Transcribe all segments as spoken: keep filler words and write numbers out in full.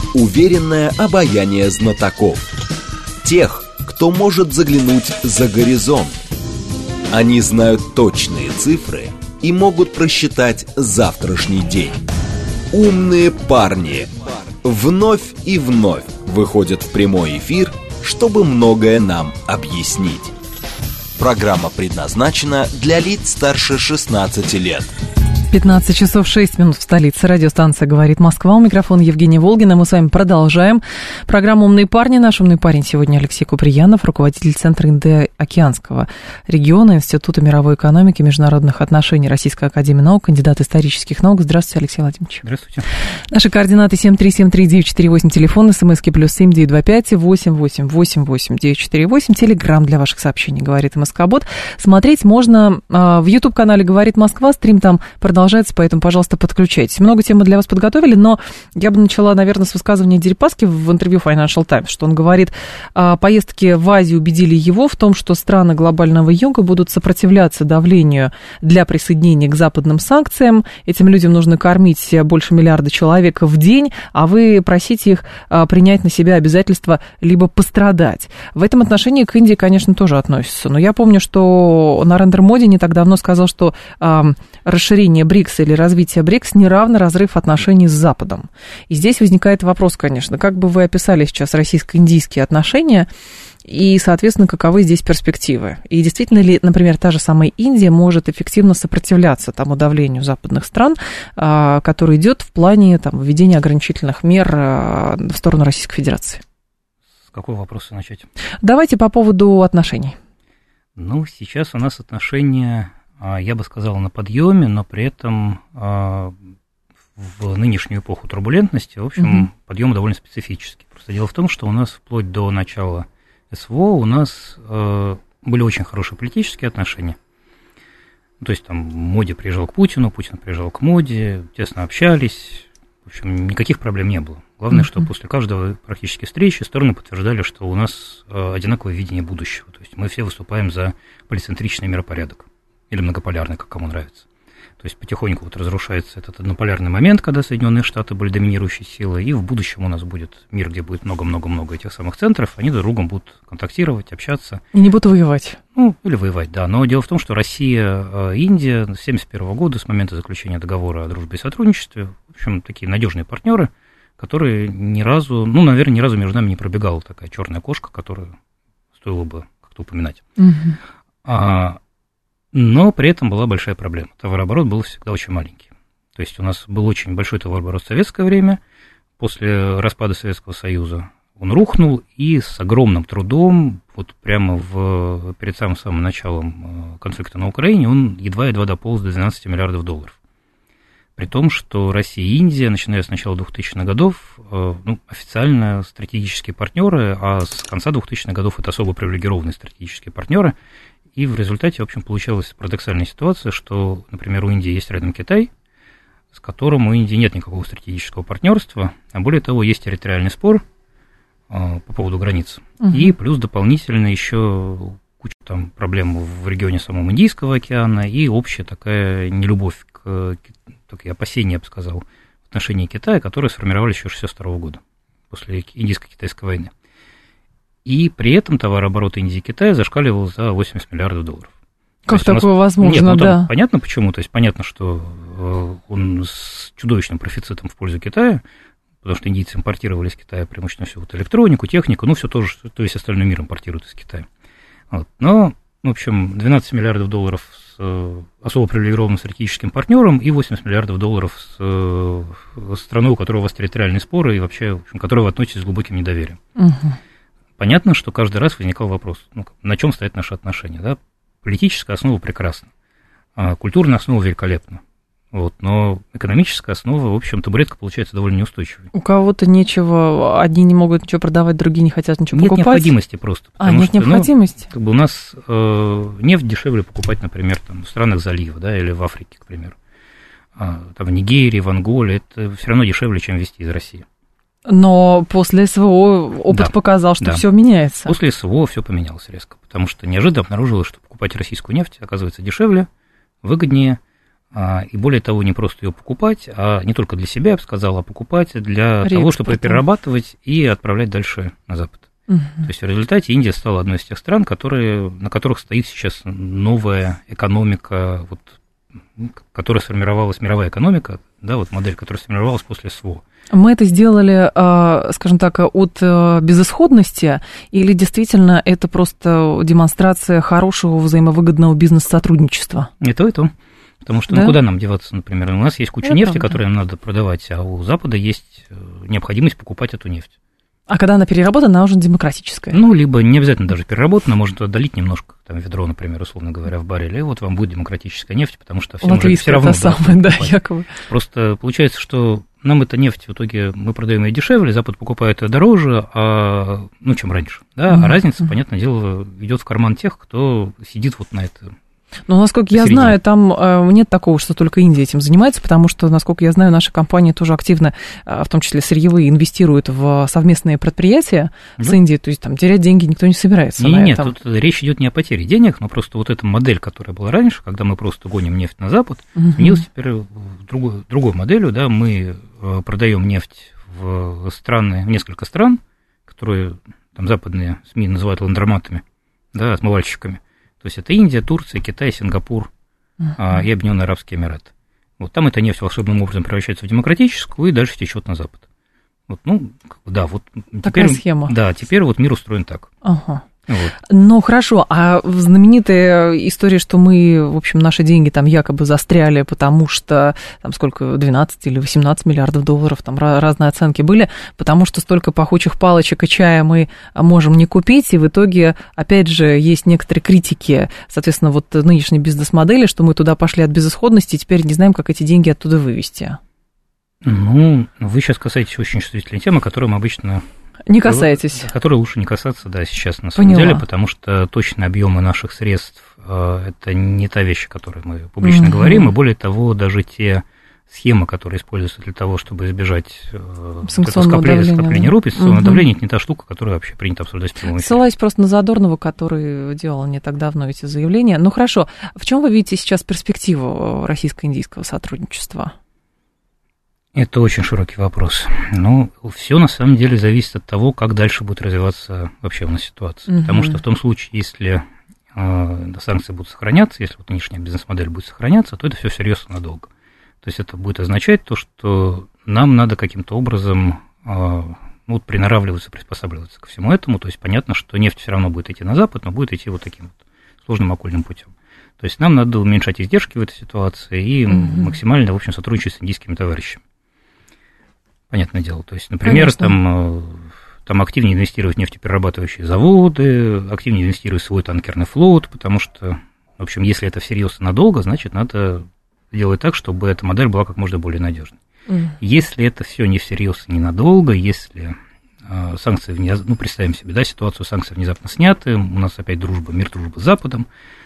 уверенное обаяние знатоков. Тех, кто может заглянуть за горизонт. Они знают точные цифры и могут просчитать завтрашний день. Умные парни вновь и вновь выходят в прямой эфир, чтобы многое нам объяснить. Программа предназначена для лиц старше шестнадцати лет. пятнадцать часов шесть минут в столице. Радиостанция «Говорит Москва». У микрофона Евгения Волгина. Мы с вами продолжаем программу «Умные парни». Наш умный парень сегодня Алексей Куприянов, руководитель Центра Индоокеанского региона Института мировой экономики и международных отношений Российской академии наук, кандидат исторических наук. Здравствуйте, Алексей Владимирович. Здравствуйте. Наши координаты семь три семь три девять четыре восемь, телефон, смски плюс семь девять два пять восемь восемь восемь восемь девять четыре восемь, телеграмм для ваших сообщений «Говорит МСК-бот». Смотреть можно э, в YouTube-канале «Говорит Москва», стрим там продолжается. Продолжается, поэтому, пожалуйста, подключайтесь. Много тем мы для вас подготовили, но я бы начала, наверное, с высказывания Дерипаски в интервью Financial Times, что он говорит, поездки в Азию убедили его в том, что страны глобального юга будут сопротивляться давлению для присоединения к западным санкциям. Этим людям нужно кормить больше миллиарда человек в день, а вы просите их принять на себя обязательства либо пострадать. В этом отношении к Индии, конечно, тоже относится. Но я помню, что Нарендра Моди не так давно сказал, что расширение БРИКС или развитие БРИКС не равно разрыв отношений с Западом. И здесь возникает вопрос, конечно, как бы вы описали сейчас российско-индийские отношения и, соответственно, каковы здесь перспективы? И действительно ли, например, та же самая Индия может эффективно сопротивляться тому давлению западных стран, которое идет в плане там, введения ограничительных мер в сторону Российской Федерации? С какого вопроса начать? Давайте по поводу отношений. Ну, сейчас у нас отношения... я бы сказал, на подъеме, но при этом в нынешнюю эпоху турбулентности, в общем, угу. подъем довольно специфический. Просто дело в том, что у нас вплоть до начала СВО у нас были очень хорошие политические отношения. То есть там Моди приезжал к Путину, Путин приезжал к Моди, тесно общались, в общем, никаких проблем не было. Главное, угу. что после каждого практически встречи стороны подтверждали, что у нас одинаковое видение будущего. То есть мы все выступаем за полицентричный миропорядок. Или многополярный, как кому нравится. То есть потихоньку вот разрушается этот однополярный момент, когда Соединенные Штаты были доминирующей силой, и в будущем у нас будет мир, где будет много-много-много этих самых центров, они друг с другом будут контактировать, общаться. И не будут воевать. Ну, или воевать, да. Но дело в том, что Россия, Индия с тысяча девятьсот семьдесят первого года, с момента заключения договора о дружбе и сотрудничестве, в общем, такие надежные партнеры, которые ни разу, ну, наверное, ни разу между нами не пробегала такая черная кошка, которую стоило бы как-то упоминать. Угу. А Но при этом была большая проблема. Товарооборот был всегда очень маленький. То есть у нас был очень большой товарооборот в советское время. После распада Советского Союза он рухнул, и с огромным трудом, вот прямо в, перед самым, самым началом конфликта на Украине, он едва-едва дополз до двенадцати миллиардов долларов. При том, что Россия и Индия, начиная с начала двухтысячных годов, ну, официально стратегические партнеры, а с конца двухтысячных годов это особо привилегированные стратегические партнеры. И в результате, в общем, получилась парадоксальная ситуация, что, например, у Индии есть рядом Китай, с которым у Индии нет никакого стратегического партнерства, а более того, есть территориальный спор э, по поводу границ, угу. и плюс дополнительно еще куча там проблем в регионе самого Индийского океана и общая такая нелюбовь, к, такие опасения, я бы сказал, в отношении Китая, которые сформировались еще с шестьдесят второго года, после Индийско-Китайской войны. И при этом товарооборот Индии и Китая зашкаливал за восемьдесят миллиардов долларов. Как такое нас... возможно, Нет, ну, да. Понятно почему. То есть понятно, что он с чудовищным профицитом в пользу Китая, потому что индийцы импортировали из Китая преимущественно всю вот электронику, технику, ну, все то же, то есть остальной мир импортирует из Китая. Вот. Но, в общем, двенадцать миллиардов долларов с особо привилегированным стратегическим партнером и восемьдесят миллиардов долларов с страной, у которой у вас территориальные споры и вообще, в общем, к которой вы относитесь с глубоким недоверием. Угу. Понятно, что каждый раз возникал вопрос, ну, на чем стоят наши отношения, да? Политическая основа прекрасна, а культурная основа великолепна, вот, но экономическая основа, в общем, табуретка получается довольно неустойчивой. У кого-то нечего, одни не могут ничего продавать, другие не хотят ничего нет покупать. Нет необходимости просто. А, нет что, необходимости? Ну, как бы у нас э, нефть дешевле покупать, например, там, в странах залива, да, или в Африке, к примеру. А, там, в Нигерии, в Анголе, это все равно дешевле, чем везти из России. Но после СВО опыт да, показал, что да. все меняется. После СВО все поменялось резко, потому что неожиданно обнаружилось, что покупать российскую нефть оказывается дешевле, выгоднее, И более того, не просто ее покупать, а не только для себя, я бы сказал, а покупать для Реэкспорт. того, чтобы перерабатывать и отправлять дальше на Запад. Угу. То есть в результате Индия стала одной из тех стран, которые, на которых стоит сейчас новая экономика, вот, которая сформировалась, мировая экономика, да, вот модель, которая сформировалась после СВО. Мы это сделали, скажем так, от безысходности, или действительно это просто демонстрация хорошего взаимовыгодного бизнес-сотрудничества? И то, и то. Потому что, да? ну, куда нам деваться, например? У нас есть куча это нефти, правда. которую нам надо продавать, а у Запада есть необходимость покупать эту нефть. А когда она переработана, она уже демократическая? Ну, либо не обязательно даже переработана, можно долить немножко, там, ведро, например, условно говоря, в барреле, и вот вам будет демократическая нефть, потому что всем уже все равно... Латвийская, самое, да, якобы. Просто получается, что нам эта нефть в итоге, мы продаем ее дешевле, Запад покупает ее дороже, а, ну, чем раньше, да, mm-hmm. а разница, понятное дело, идет в карман тех, кто сидит вот на это. Но, насколько я знаю, там э, нет такого, что только Индия этим занимается, потому что, насколько я знаю, наши компании тоже активно, э, в том числе сырьевые, инвестируют в совместные предприятия да. с Индией, то есть там терять деньги никто не собирается. Нет, на нет, этом. Тут речь идет не о потере денег, но просто вот эта модель, которая была раньше, когда мы просто гоним нефть на Запад, угу. сменилась теперь в другую, другой моделью, да, мы продаем нефть в страны, в несколько стран, которые там западные СМИ называют ландроматами, да, отмывальщиками. То есть это Индия, Турция, Китай, Сингапур uh-huh. и Объединенные Арабские Эмираты. Вот там эта нефть волшебным образом превращается в демократическую и дальше течет на Запад. Вот, ну, да, вот такая теперь, схема. Да, теперь вот мир устроен так. Ага. Вот. Ну, хорошо, а знаменитая история, что мы, в общем, наши деньги там якобы застряли, потому что, там сколько, двенадцать или восемнадцать миллиардов долларов, там разные оценки были, потому что столько пахучих палочек и чая мы можем не купить, и в итоге, опять же, есть некоторые критики, соответственно, вот нынешней бизнес-модели, что мы туда пошли от безысходности, и теперь не знаем, как эти деньги оттуда вывести. Ну, вы сейчас касаетесь очень чувствительной темы, которую мы обычно... Не касаетесь. Которой лучше не касаться, да, сейчас на самом Поняла. деле, потому что точные объемы наших средств э, это не та вещь, о которой мы публично угу. говорим, и более того, даже те схемы, которые используются для того, чтобы избежать э, скопления, скопления рупий, санкционное угу. давление, это не та штука, которую вообще принято обсуждать в прямом эфире. Ссылаюсь просто на Задорнова, который делал не так давно эти заявления. Ну хорошо, в чем вы видите сейчас перспективу российско-индийского сотрудничества? Это очень широкий вопрос. Ну, все на самом деле зависит от того, как дальше будет развиваться вообще у нас ситуация. Угу. Потому что в том случае, если э, санкции будут сохраняться, если вот нынешняя бизнес-модель будет сохраняться, то это все всерьез и надолго. То есть это будет означать то, что нам надо каким-то образом э, ну, вот приноравливаться, приспосабливаться ко всему этому. То есть понятно, что нефть все равно будет идти на Запад, но будет идти вот таким вот сложным окольным путем. То есть нам надо уменьшать издержки в этой ситуации и угу. максимально, в общем, сотрудничать с индийскими товарищами. Понятное дело. То есть, например, там, там активнее инвестировать в нефтеперерабатывающие заводы, активнее инвестировать в свой танкерный флот, потому что, в общем, если это всерьез и надолго, значит, надо делать так, чтобы эта модель была как можно более надежной. Mm. Если это все не всерьез и ненадолго, если э, санкции, внез... ну, представим себе, да, ситуацию, санкции внезапно сняты, у нас опять дружба, мир, дружба с Западом,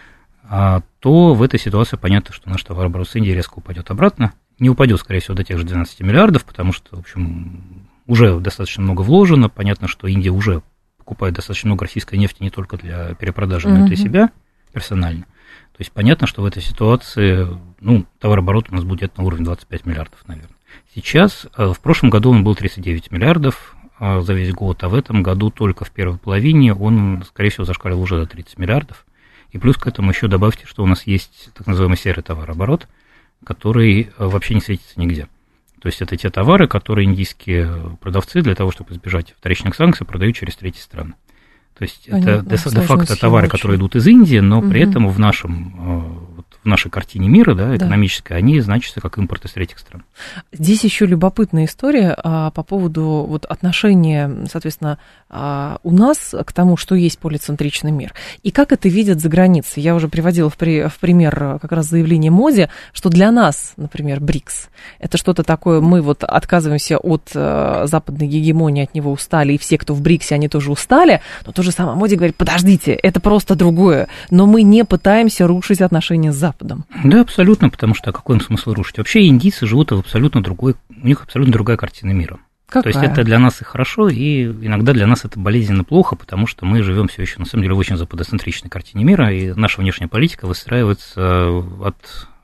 а, то в этой ситуации понятно, что наш товарооборот с Индией резко упадет обратно. Не упадет, скорее всего, до тех же двенадцати миллиардов, потому что, в общем, уже достаточно много вложено. Понятно, что Индия уже покупает достаточно много российской нефти не только для перепродажи, но и для себя персонально. То есть понятно, что в этой ситуации, ну, товарооборот у нас будет на уровне двадцать пять миллиардов, наверное. Сейчас, в прошлом году он был тридцать девять миллиардов за весь год, а в этом году только в первой половине он, скорее всего, зашкалил уже до тридцати миллиардов. И плюс к этому еще добавьте, что у нас есть так называемый серый товарооборот, который вообще не светится нигде. То есть это те товары, которые индийские продавцы для того, чтобы избежать вторичных санкций, продают через третьи страны. То есть понятно, это де-факто товары, очень. которые идут из Индии, но угу. при этом в, нашем, вот, в нашей картине мира, да, экономической, да. они значатся как импорт из третьих стран. Здесь еще любопытная история а, по поводу вот, отношения, соответственно, а, у нас к тому, что есть полицентричный мир. И как это видят за границей. Я уже приводила в, при, в пример как раз заявление Моди, что для нас, например, БРИКС, это что-то такое, мы вот отказываемся от а, западной гегемонии, от него устали, и все, кто в БРИКСе, они тоже устали, но то же самое Моди говорит, подождите, это просто другое, но мы не пытаемся рушить отношения с Западом. Да, абсолютно, потому что какой им смысл рушить? Вообще индийцы живут в абсолютно другой, у них абсолютно другая картина мира. Какая? То есть это для нас и хорошо, и иногда для нас это болезненно плохо, потому что мы живем все еще, на самом деле, в очень западоцентричной картине мира, и наша внешняя политика выстраивается от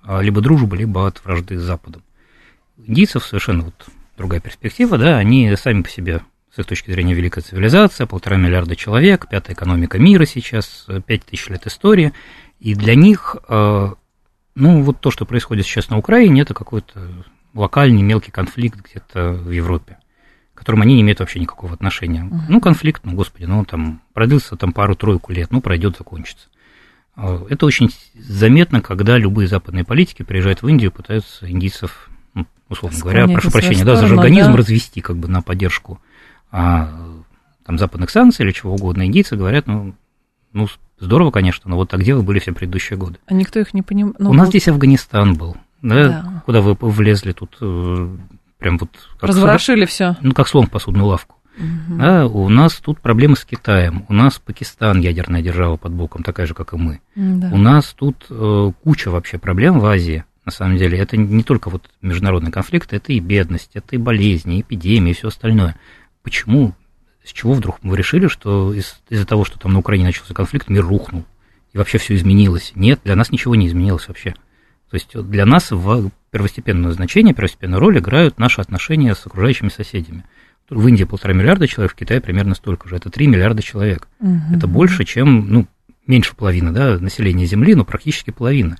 либо дружбы, либо от вражды с Западом. У индийцев совершенно вот другая перспектива, да, они сами по себе, с их точки зрения, великая цивилизация, полтора миллиарда человек, пятая экономика мира сейчас, пять тысяч лет истории, и для них, ну, вот то, что происходит сейчас на Украине, это какой-то локальный мелкий конфликт где-то в Европе, к которому они не имеют вообще никакого отношения. Uh-huh. Ну, конфликт, ну, господи, ну, там, продлился там пару-тройку лет, ну, пройдет, закончится. Это очень заметно, когда любые западные политики приезжают в Индию, пытаются индийцев, ну, условно говоря, прошу прощения, да, за жаргонизм, да, развести как бы на поддержку а, там, западных санкций или чего угодно. Индийцы говорят, ну, ну, здорово, конечно, но вот а где вы были все предыдущие годы? А никто их не понимает. У нас здесь Афганистан был, да, да, куда вы влезли тут, прям вот... Разворошили все. Ну, как слон в посудную лавку. Угу. Да, у нас тут проблемы с Китаем, у нас Пакистан ядерная держава под боком, такая же, как и мы. Да. У нас тут э, куча вообще проблем в Азии, на самом деле. Это не только вот международный конфликт, это и бедность, это и болезни, и эпидемии, и все остальное. Почему, с чего вдруг мы решили, что из- из-за того, что там на Украине начался конфликт, мир рухнул, и вообще все изменилось? Нет, для нас ничего не изменилось вообще. То есть для нас в первостепенное значение, первостепенную роль играют наши отношения с окружающими соседями. В Индии полтора миллиарда человек, в Китае примерно столько же. Это три миллиарда человек. Угу. Это больше, чем, ну, меньше половины, да, населения Земли, но практически половина.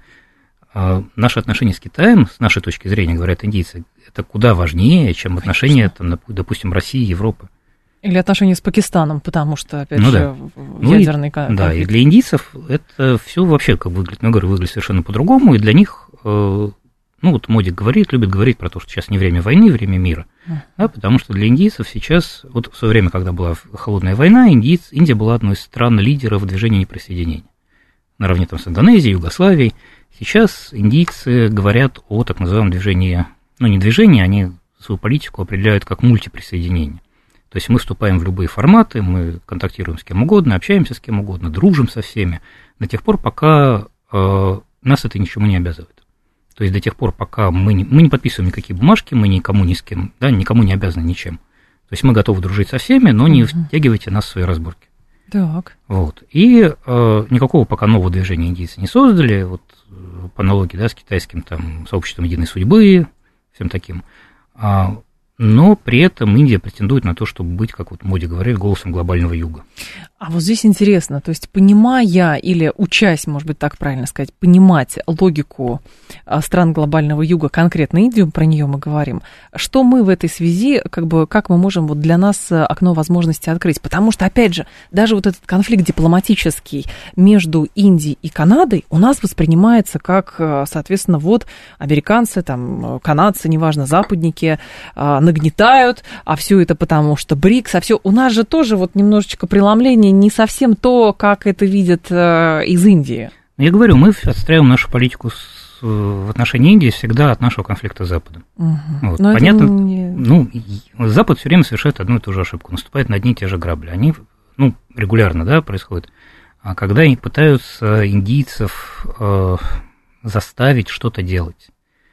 А наши отношения с Китаем, с нашей точки зрения, говорят индийцы, это куда важнее, чем отношения, там, допустим, России и Европы. Или отношения с Пакистаном, потому что, опять ну, же, да. ядерный ну, конфликт. Да, и для индийцев это все вообще, как выглядит, ну, я говорю, выглядит совершенно по-другому, и для них... Ну, вот Моди говорит, любит говорить про то, что сейчас не время войны, время мира. Uh-huh. Да, потому что для индийцев сейчас, вот в свое время, когда была холодная война, индийц, Индия была одной из стран-лидеров движения неприсоединения. Наравне там с Индонезией, Югославией. Сейчас индийцы говорят о так называемом движении, ну, не движении, они свою политику определяют как мультиприсоединение. То есть мы вступаем в любые форматы, мы контактируем с кем угодно, общаемся с кем угодно, дружим со всеми, до тех пор, пока э, нас это ничему не обязывает. То есть до тех пор, пока мы не, мы не подписываем никакие бумажки, мы никому ни с кем, да, никому не обязаны ничем. То есть мы готовы дружить со всеми, но не uh-huh. втягивайте нас в свои разборки. Так. Вот. И э, никакого пока нового движения индийцы не создали, вот по аналогии, да, с китайским там сообществом единой судьбы, всем таким. А, но при этом Индия претендует на то, чтобы быть, как вот Моди говорит, голосом глобального юга. А вот здесь интересно, то есть понимая или учась, может быть, так правильно сказать, понимать логику стран глобального юга, конкретно Индию, про нее мы говорим, что мы в этой связи, как бы, как мы можем вот для нас окно возможности открыть? Потому что, опять же, даже вот этот конфликт дипломатический между Индией и Канадой у нас воспринимается как, соответственно, вот американцы, там, канадцы, неважно, западники нагнетают, а все это потому что БРИКС, а все у нас же тоже вот немножечко преломление не совсем то, как это видят э, из Индии. Я говорю, мы отстраиваем нашу политику с, в отношении Индии всегда от нашего конфликта с Западом. Угу. Вот. Понятно, не... ну, Запад все время совершает одну и ту же ошибку, наступает на одни и те же грабли. Они, ну, регулярно, да, происходит. А когда они пытаются индийцев э, заставить что-то делать.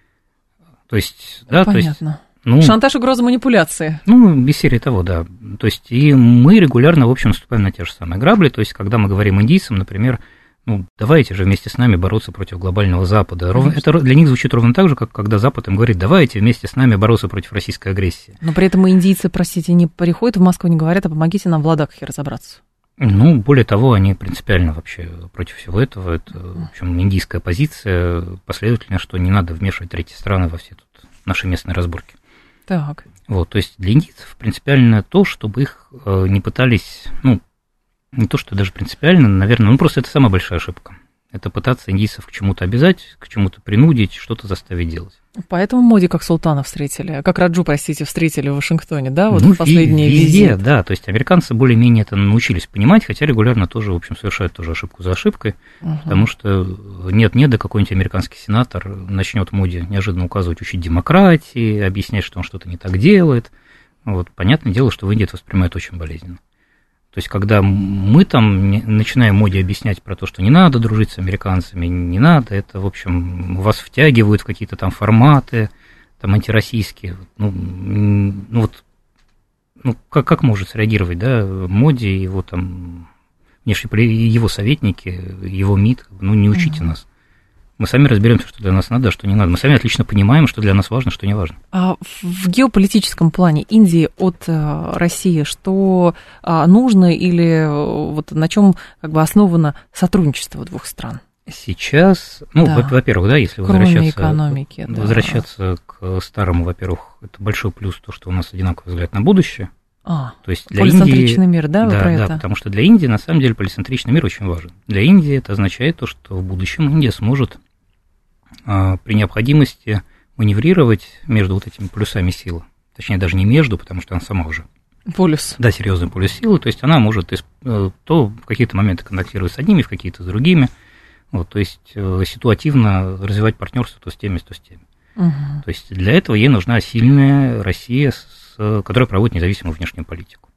То есть, да, понятно. То есть... Ну, шантаж, угроза, манипуляции. Ну, без серии того, да. То есть, и мы регулярно, в общем, наступаем на те же самые грабли. То есть, когда мы говорим индийцам, например, ну, давайте же вместе с нами бороться против глобального Запада. Ровно, это для них звучит ровно так же, как когда Запад им говорит, давайте вместе с нами бороться против российской агрессии. Но при этом индийцы, простите, не приходят в Москву, не говорят, а помогите нам в Ладакхе разобраться. Ну, более того, они принципиально вообще против всего этого. Это, в общем, индийская позиция последовательная, что не надо вмешивать третьи страны во все тут наши местные разборки. Так. Вот, то есть для индийцев принципиально то, чтобы их э, не пытались, ну, не то, что даже принципиально, наверное, ну, просто это самая большая ошибка. Это пытаться индийцев к чему-то обязать, к чему-то принудить, что-то заставить делать. Поэтому Моди как султана встретили, как Раджу, простите, встретили в Вашингтоне, да, вот ну, в последние везде, визит. Да, то есть американцы более-менее это научились понимать, хотя регулярно тоже, в общем, совершают тоже ошибку за ошибкой, uh-huh. потому что нет-нет, да какой-нибудь американский сенатор начнет Моди неожиданно указывать, учить демократии, объяснять, что он что-то не так делает. Вот, понятное дело, что в Индии это воспринимают очень болезненно. То есть, когда мы там начинаем Моди объяснять про то, что не надо дружить с американцами, не надо, это, в общем, вас втягивают в какие-то там форматы, там, антироссийские, ну, ну вот, ну, как, как может среагировать, да, Моди, его там, внешне, его советники, его МИД, ну, не учите mm-hmm. нас. Мы сами разберемся, что для нас надо, а что не надо. Мы сами отлично понимаем, что для нас важно, что не важно. А в геополитическом плане Индии от России что нужно или вот на чем как бы основано сотрудничество двух стран? Сейчас, ну, да. во-первых, да, если возвращаться, экономики, да. возвращаться к старому, во-первых, это большой плюс то, что у нас одинаковый взгляд на будущее. А, то есть для полицентричный Индии, мир, да, вы да, про да, это? потому что для Индии, на самом деле, полицентричный мир очень важен. Для Индии это означает то, что в будущем Индия сможет а, при необходимости маневрировать между вот этими полюсами силы. Точнее, даже не между, потому что она сама уже. Полюс. Да, серьезный полюс силы, то есть она может то в какие-то моменты контактировать с одними, в какие-то с другими. Вот, то есть ситуативно развивать партнерство то с теми, то с теми. Угу. То есть для этого ей нужна сильная Россия, с, которая проводит независимую внешнюю политику.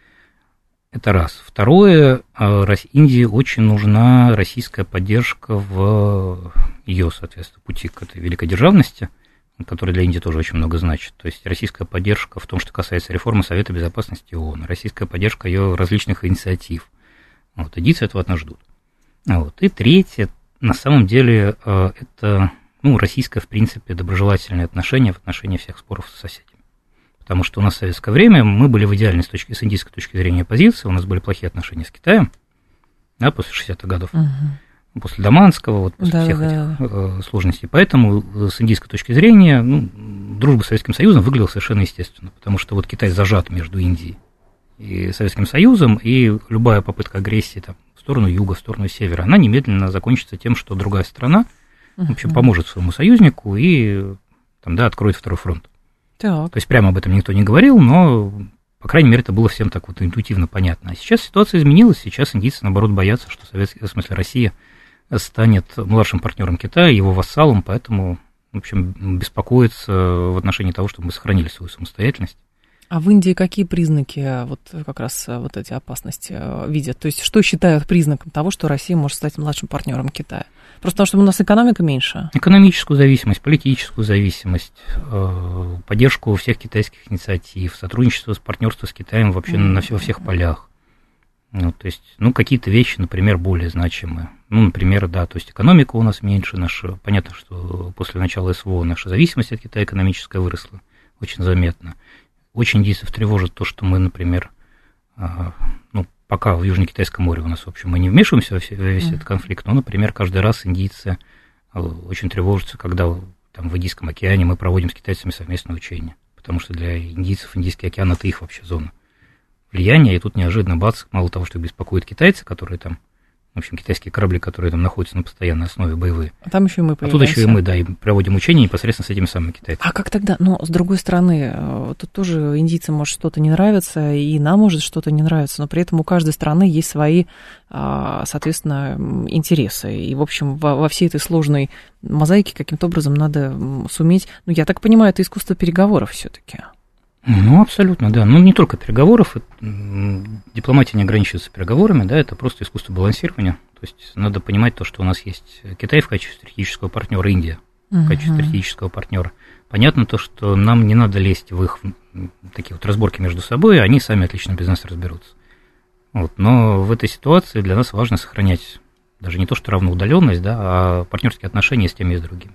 Это раз. Второе, Индии очень нужна российская поддержка в ее, соответственно, пути к этой великой державности, которая для Индии тоже очень много значит. То есть российская поддержка в том, что касается реформы Совета Безопасности ООН, российская поддержка ее различных инициатив. Вот, индийцы этого от нас ждут. Вот. И третье, на самом деле, это ну, российское, в принципе, доброжелательное отношение в отношении всех споров с соседями. Потому что у нас в советское время мы были в идеальной с, точки, с индийской точки зрения позиции, у нас были плохие отношения с Китаем, да, после шестидесятых годов, угу. после Даманского, вот, после да, всех да. этих э, сложностей. Поэтому с индийской точки зрения ну, дружба с Советским Союзом выглядела совершенно естественно, потому что вот Китай зажат между Индией и Советским Союзом, и любая попытка агрессии там, в сторону юга, в сторону севера, она немедленно закончится тем, что другая страна в общем, поможет своему союзнику и там, да, откроет второй фронт. Так. То есть прямо об этом никто не говорил, но, по крайней мере, это было всем так вот интуитивно понятно. А сейчас ситуация изменилась, сейчас индийцы, наоборот, боятся, что Советский, в смысле Россия станет младшим партнером Китая, его вассалом, поэтому, в общем, беспокоится в отношении того, чтобы мы сохранили свою самостоятельность. А в Индии какие признаки вот как раз вот эти опасности видят? То есть что считают признаком того, что Россия может стать младшим партнером Китая? Просто потому, что у нас экономика меньше? Экономическую зависимость, политическую зависимость, поддержку всех китайских инициатив, сотрудничество, партнерство с Китаем вообще mm-hmm. на, во всех полях. Ну, то есть, ну, какие-то вещи, например, более значимые. Ну, например, да, то есть экономика у нас меньше, наша, понятно, что после начала СВО наша зависимость от Китая экономическая выросла очень заметно. Очень индийцев тревожит то, что мы, например, ну, пока в Южно-Китайском море у нас, в общем, мы не вмешиваемся во весь mm-hmm. этот конфликт, но, например, каждый раз индийцы очень тревожатся, когда там, в Индийском океане мы проводим с китайцами совместное учение, потому что для индийцев Индийский океан – это их вообще зона влияния, и тут неожиданно, бац, мало того, что их беспокоят китайцы, которые там, в общем, китайские корабли, которые там находятся на постоянной основе, боевые. А там еще и мы появляемся. А тут еще и мы, да, и проводим учения непосредственно с этими самыми китайцами. А как тогда? Но, с другой стороны, тут тоже индийцам может что-то не нравиться, и нам может что-то не нравиться, но при этом у каждой страны есть свои, соответственно, интересы. И, в общем, во, во всей этой сложной мозаике каким-то образом надо суметь... Ну, я так понимаю, это искусство переговоров все-таки. Ну, абсолютно, да. Ну, не только переговоров. Дипломатия не ограничивается переговорами, да, это просто искусство балансирования. То есть надо понимать то, что у нас есть Китай в качестве стратегического партнера, Индия в качестве uh-huh. стратегического партнера. Понятно то, что нам не надо лезть в их такие вот разборки между собой, они сами отлично без нас разберутся. Вот. Но в этой ситуации для нас важно сохранять даже не то, что равноудаленность, да, а партнерские отношения с теми и с другими.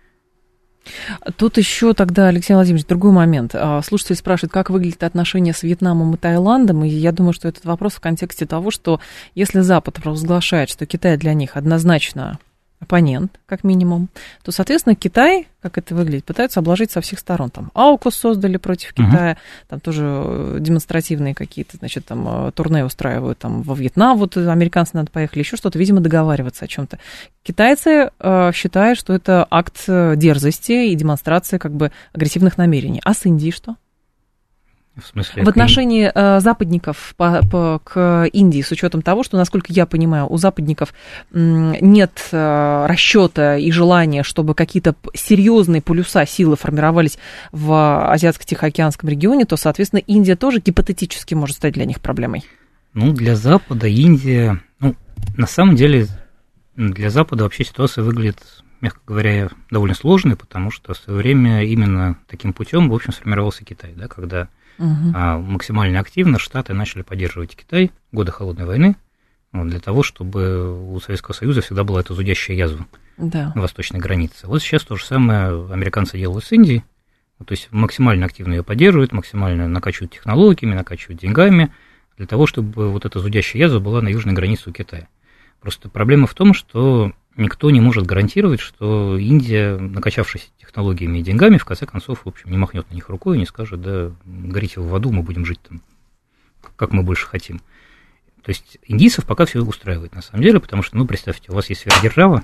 Тут еще тогда, Алексей Владимирович, другой момент. Слушатель спрашивает, как выглядят отношения с Вьетнамом и Таиландом, и я думаю, что этот вопрос в контексте того, что если Запад провозглашает, что Китай для них однозначно оппонент, как минимум, то, соответственно, Китай, как это выглядит, пытаются обложить со всех сторон. Там аукус создали против Китая, uh-huh. там тоже демонстративные какие-то, значит, там турне устраивают там во Вьетнам, вот американцы надо поехали, еще что-то, видимо, договариваться о чем-то. Китайцы э, считают, что это акт дерзости и демонстрации как бы агрессивных намерений. А с Индией что? В смысле? В отношении э, западников по, по, к Индии, с учетом того, что, насколько я понимаю, у западников м, нет э, расчета и желания, чтобы какие-то серьезные полюса силы формировались в Азиатско-Тихоокеанском регионе, то, соответственно, Индия тоже гипотетически может стать для них проблемой. Ну, для Запада Индия, ну, на самом деле, для Запада вообще ситуация выглядит, мягко говоря, довольно сложной, потому что в свое время именно таким путем, в общем, сформировался Китай, да, когда Uh-huh. а, максимально активно Штаты начали поддерживать Китай в годы Холодной войны, вот, для того, чтобы у Советского Союза всегда была эта зудящая язва да. на восточной границе. Вот сейчас то же самое американцы делают с Индией, то есть максимально активно ее поддерживают, максимально накачивают технологиями, накачивают деньгами, для того, чтобы вот эта зудящая язва была на южной границе у Китая. Просто проблема в том, что никто не может гарантировать, что Индия, накачавшись технологиями и деньгами, в конце концов, в общем, не махнет на них рукой и не скажет, да, горите вы в аду, мы будем жить там, как мы больше хотим. То есть индийцев пока все устраивает, на самом деле, потому что, ну, представьте, у вас есть сверхдержава.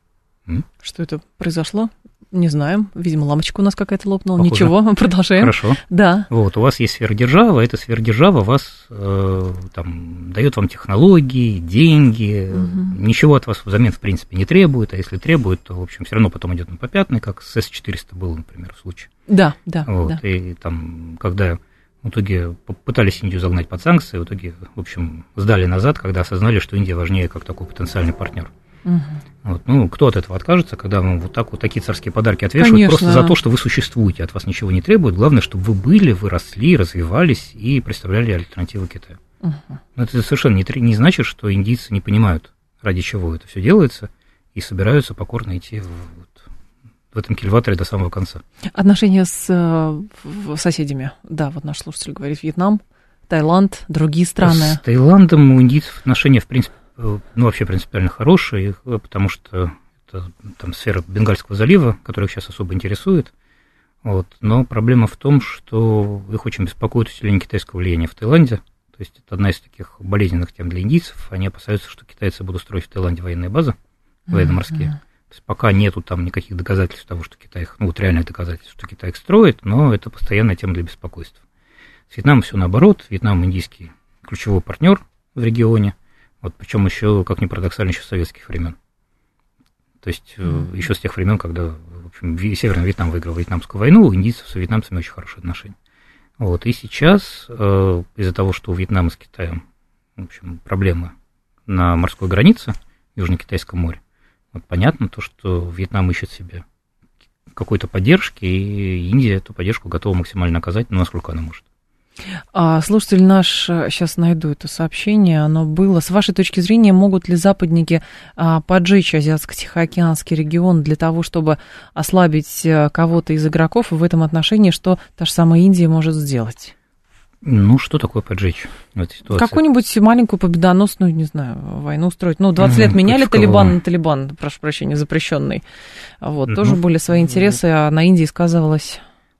Что это произошло? Не знаем. Видимо, лампочка у нас какая-то лопнула. Похоже. Ничего, мы продолжаем. Хорошо. Да. Вот, у вас есть сверхдержава, эта сверхдержава вас э, там, дает вам технологии, деньги, угу. ничего от вас взамен, в принципе, не требует, а если требует, то, в общем, все равно потом идет на попятный, как с эс четыреста было, например, в случае. Да, да. Вот, да. И там, когда в итоге пытались Индию загнать под санкции, в итоге, в общем, сдали назад, когда осознали, что Индия важнее как такой потенциальный партнер. Угу. Вот, ну, кто от этого откажется, когда вам вот так вот такие царские подарки отвешивают? Конечно. Просто за то, что вы существуете, от вас ничего не требуют. Главное, чтобы вы были, вы росли, развивались и представляли альтернативу Китаю. Угу. Но это совершенно не, не значит, что индийцы не понимают, ради чего это все делается, и собираются покорно идти в, вот, в этом кильваторе до самого конца. Отношения с э, соседями. Да, вот наш слушатель говорит, Вьетнам, Таиланд, другие страны. С Таиландом у индийцев отношения, в принципе, ну, вообще принципиально хорошие, потому что это там сфера Бенгальского залива, которая их сейчас особо интересует. Вот. Но проблема в том, что их очень беспокоит усиление китайского влияния в Таиланде. То есть это одна из таких болезненных тем для индийцев. Они опасаются, что китайцы будут строить в Таиланде военные базы, военно-морские. Mm-hmm. То есть пока нету там никаких доказательств того, что Китай их, ну вот реальных доказательств, что Китай их строит, но это постоянная тема для беспокойства. С Вьетнамом все наоборот. Вьетнам индийский ключевой партнер в регионе. Вот, причем еще, как ни парадоксально, еще с советских времен. То есть mm-hmm. еще с тех времен, когда, в общем, Северный Вьетнам выиграл Вьетнамскую войну, у индийцев с вьетнамцами очень хорошие отношения. Вот, и сейчас, э, из-за того, что у Вьетнама с Китаем, в общем, проблемы на морской границе в Южно-Китайском море, вот понятно то, что Вьетнам ищет себе какой-то поддержки, и Индия эту поддержку готова максимально оказать, ну, насколько она может. А, слушатель наш, сейчас найду это сообщение, оно было. С вашей точки зрения, могут ли западники а, поджечь Азиатско-Тихоокеанский регион для того, чтобы ослабить кого-то из игроков? И в этом отношении что та же самая Индия может сделать? Ну, что такое поджечь в этой ситуации? Какую-нибудь маленькую победоносную, не знаю, войну устроить. Ну, двадцать лет меняли Талибан на Талибан, прошу прощения, запрещенный. Вот, ну, тоже были свои интересы, а на Индии сказывалось...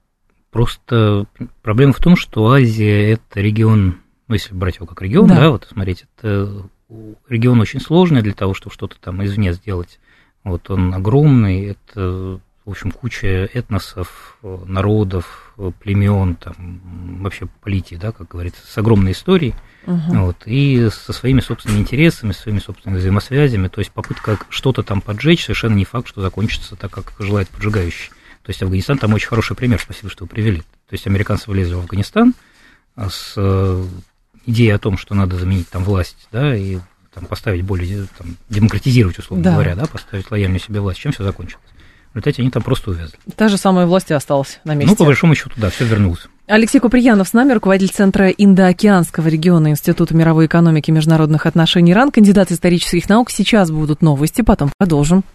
Просто проблема в том, что Азия – это регион, ну, если брать его как регион, да, да вот смотрите, это регион очень сложный для того, чтобы что-то там извне сделать. Вот он огромный, это, в общем, куча этносов, народов, племен, там, вообще политий, да, как говорится, с огромной историей, угу. вот, и со своими собственными интересами, своими собственными взаимосвязями. То есть попытка что-то там поджечь совершенно не факт, что закончится так, как желает поджигающий. То есть Афганистан там очень хороший пример, спасибо, что вы привели. То есть американцы влезли в Афганистан с идеей о том, что надо заменить там власть, да, и там, поставить более, там, демократизировать, условно да. говоря, да, поставить лояльную себе власть. Чем все закончилось? В результате они там просто увязли. Та же самая власть и осталась на месте. Ну, по большому счету, да, все вернулось. Алексей Куприянов с нами, руководитель Центра Индоокеанского региона Института мировой экономики и международных отношений РАН, кандидат исторических наук. Сейчас будут новости, потом продолжим.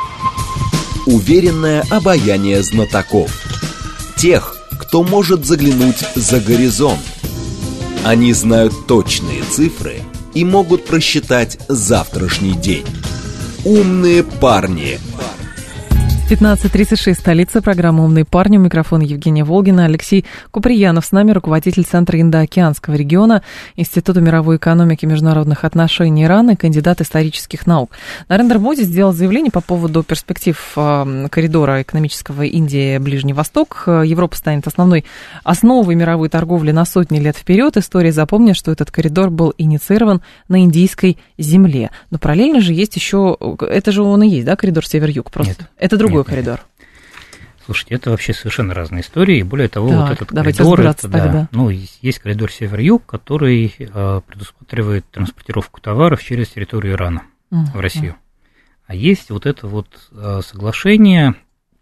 Уверенное обаяние знатоков. Тех, кто может заглянуть за горизонт. Они знают точные цифры и могут просчитать завтрашний день. Умные парни. пятнадцать тридцать шесть, столица, программа «Умные парни». У микрофона Евгения Волгина. Алексей Куприянов с нами, руководитель Центра Индоокеанского региона Института мировой экономики и международных отношений РАН и кандидат исторических наук. Нарендра Моди сделал заявление по поводу перспектив коридора экономического Индия-Ближний Восток. Европа станет основной основой мировой торговли на сотни лет вперед. История запомнит, что этот коридор был инициирован на индийской земле. Но параллельно же есть еще, это же он и есть, да, коридор север-юг? Просто Нет. Это другой коридор. Слушайте, это вообще совершенно разные истории. И более того, так, вот этот коридор, это, да, ну, есть, есть коридор север-юг, который э, предусматривает транспортировку товаров через территорию Ирана uh-huh. в Россию. А есть вот это вот э, соглашение,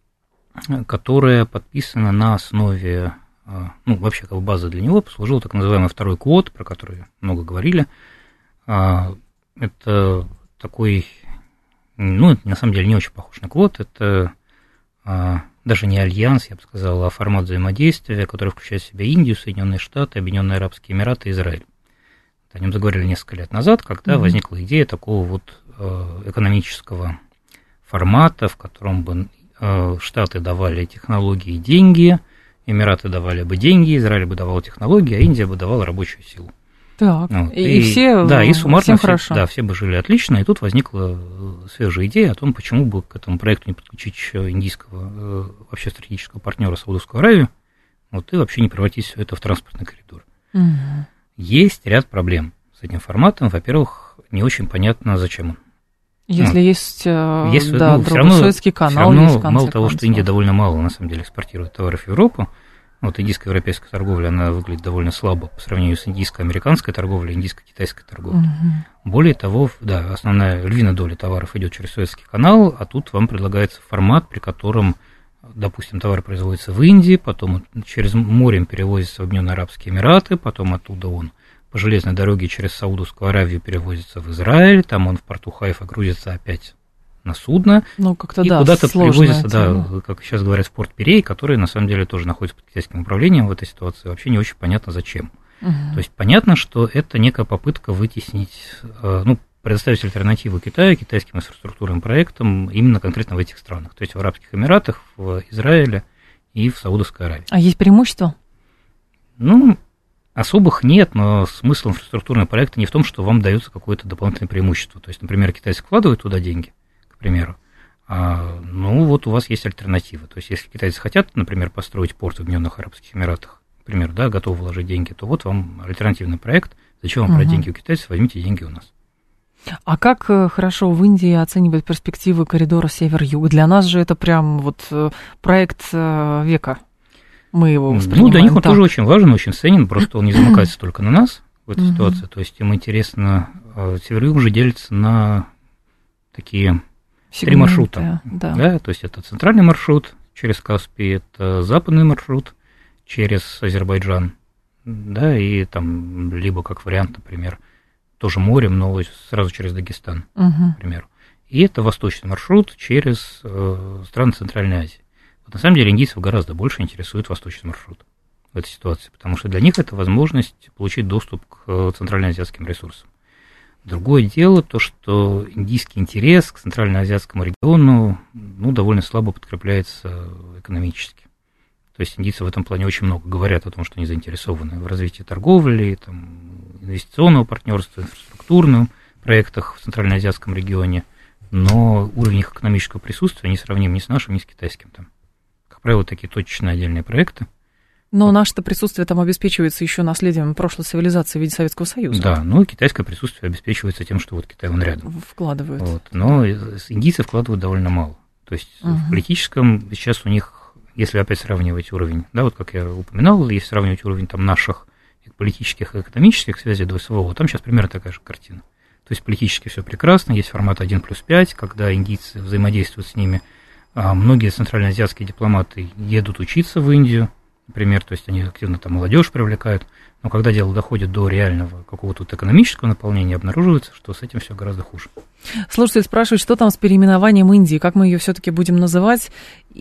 которое подписано на основе, э, ну, вообще как база для него послужил так называемый второй квот, про который много говорили. Э, это такой ну, на самом деле не очень похож на Квот, это а, даже не альянс, я бы сказал, а формат взаимодействия, который включает в себя Индию, Соединенные Штаты, Объединенные Арабские Эмираты и Израиль. О нем заговорили несколько лет назад, когда mm-hmm. возникла идея такого вот э, экономического формата, в котором бы э, Штаты давали технологии и деньги, Эмираты давали бы деньги, Израиль бы давал технологии, а Индия бы давала рабочую силу. Так, вот. и, и все, да, и суммарно всем все, хорошо. Да, все бы жили отлично, и тут возникла свежая идея о том, почему бы к этому проекту не подключить еще индийского вообще стратегического партнера Саудовскую Аравию, вот, и вообще не превратить все это в транспортный коридор. Угу. Есть ряд проблем с этим форматом. Во-первых, не очень понятно, зачем он. Если ну, есть, есть да, ну, Суэцкий канал, равно, есть, в конце мало того, концов. что Индия довольно мало, на самом деле, экспортирует товаров в Европу, вот индийско-европейская торговля, она выглядит довольно слабо по сравнению с индийско-американской торговлей, индийско-китайской торговлей. Угу. Более того, да, основная львиная доля товаров идет через Суэцкий канал, а тут вам предлагается формат, при котором, допустим, товар производится в Индии, потом через морем перевозится в Объединенные Арабские Эмираты, потом оттуда он по железной дороге через Саудовскую Аравию перевозится в Израиль, там он в порту Хайфа грузится опять на судно, ну, как-то, и да, куда-то привозится, тема. да, как сейчас говорят, в порт Пирей, который на самом деле тоже находится под китайским управлением в этой ситуации, вообще не очень понятно зачем. Угу. То есть понятно, что это некая попытка вытеснить, ну, предоставить альтернативу Китаю, китайским инфраструктурным проектам именно конкретно в этих странах, то есть в Арабских Эмиратах, в Израиле и в Саудовской Аравии. А есть преимущества? Ну, особых нет, но смысл инфраструктурного проекта не в том, что вам дается какое-то дополнительное преимущество. То есть, например, китайцы вкладывают туда деньги, к примеру, а, ну вот у вас есть альтернатива. То есть, если китайцы хотят, например, построить порт в Объединенных Арабских Эмиратах, например, да, готовы вложить деньги, то вот вам альтернативный проект. Зачем вам угу. брать деньги у китайцев, возьмите деньги у нас. А как хорошо в Индии оценивают перспективы коридора север-юг? Для нас же это прям вот проект века. Мы его воспринимаем. Ну, для них он так. тоже очень важен, очень ценен, просто он не замыкается только на нас в этой ситуации. То есть им интересно, север-юг уже делится на такие Сегменты, три маршрута. Да. Да, то есть это центральный маршрут через Каспий, это западный маршрут через Азербайджан, да, и там либо как вариант, например, тоже морем, но сразу через Дагестан, угу. например. И это восточный маршрут через э, страны Центральной Азии. Вот на самом деле индийцев гораздо больше интересует восточный маршрут в этой ситуации, потому что для них это возможность получить доступ к центральноазиатским ресурсам. Другое дело то, что индийский интерес к центральноазиатскому региону ну, довольно слабо подкрепляется экономически. То есть индийцы в этом плане очень много говорят о том, что они заинтересованы в развитии торговли, там, инвестиционного партнерства, инфраструктурных проектах в центральноазиатском регионе, но уровень их экономического присутствия не сравним ни с нашим, ни с китайским. Там, как правило, такие точечные отдельные проекты. Но наше-то присутствие там обеспечивается еще наследием прошлой цивилизации в виде Советского Союза. Да, ну китайское присутствие обеспечивается тем, что вот Китай вон рядом. Вкладывают. Вот, но индийцы вкладывают довольно мало. То есть угу. в политическом сейчас у них, если опять сравнивать уровень, да, вот как я упоминал, если сравнивать уровень там наших политических и экономических связей до СВО, там сейчас примерно такая же картина. То есть политически все прекрасно, есть формат один плюс пять, когда индийцы взаимодействуют с ними. А многие центральноазиатские дипломаты едут учиться в Индию, например, то есть они активно там молодежь привлекают, но когда дело доходит до реального какого-то вот экономического наполнения, обнаруживается, что с этим все гораздо хуже. Слушатель спрашивает, что там с переименованием Индии, как мы ее все-таки будем называть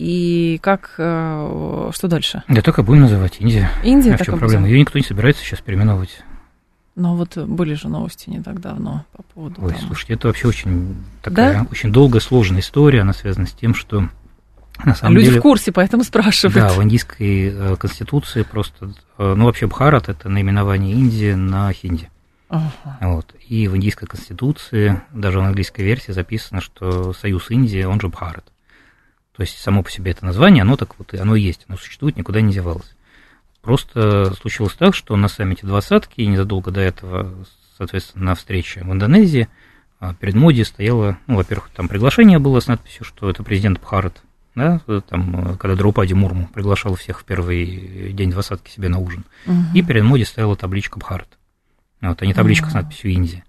и как, что дальше? Да так и будем называть Индия. Индия, а в чем проблема? Ее никто не собирается сейчас переименовывать. Но вот были же новости не так давно по поводу... Ой, там... слушайте, это вообще очень такая, да? очень долгая, сложная история, она связана с тем, что на самом Люди деле, в курсе, поэтому спрашивают. Да, в индийской конституции просто, ну вообще Бхарат – это наименование Индии на хинди. Ага. Вот. И в индийской конституции, даже в английской версии записано, что Союз Индии, он же Бхарат. То есть само по себе это название, оно так вот, оно есть, оно существует, никуда не девалось. Просто случилось так, что на саммите двадцатки, и незадолго до этого, соответственно, на встрече в Индонезии, перед Моди стояло, ну, во-первых, там приглашение было с надписью, что это президент Бхарат, да, там, когда Драупади Мурму приглашал всех в первый день двадцатки себе на ужин, угу. и перед Моди стояла табличка Бхарат, вот, а не табличка угу. с надписью Индия.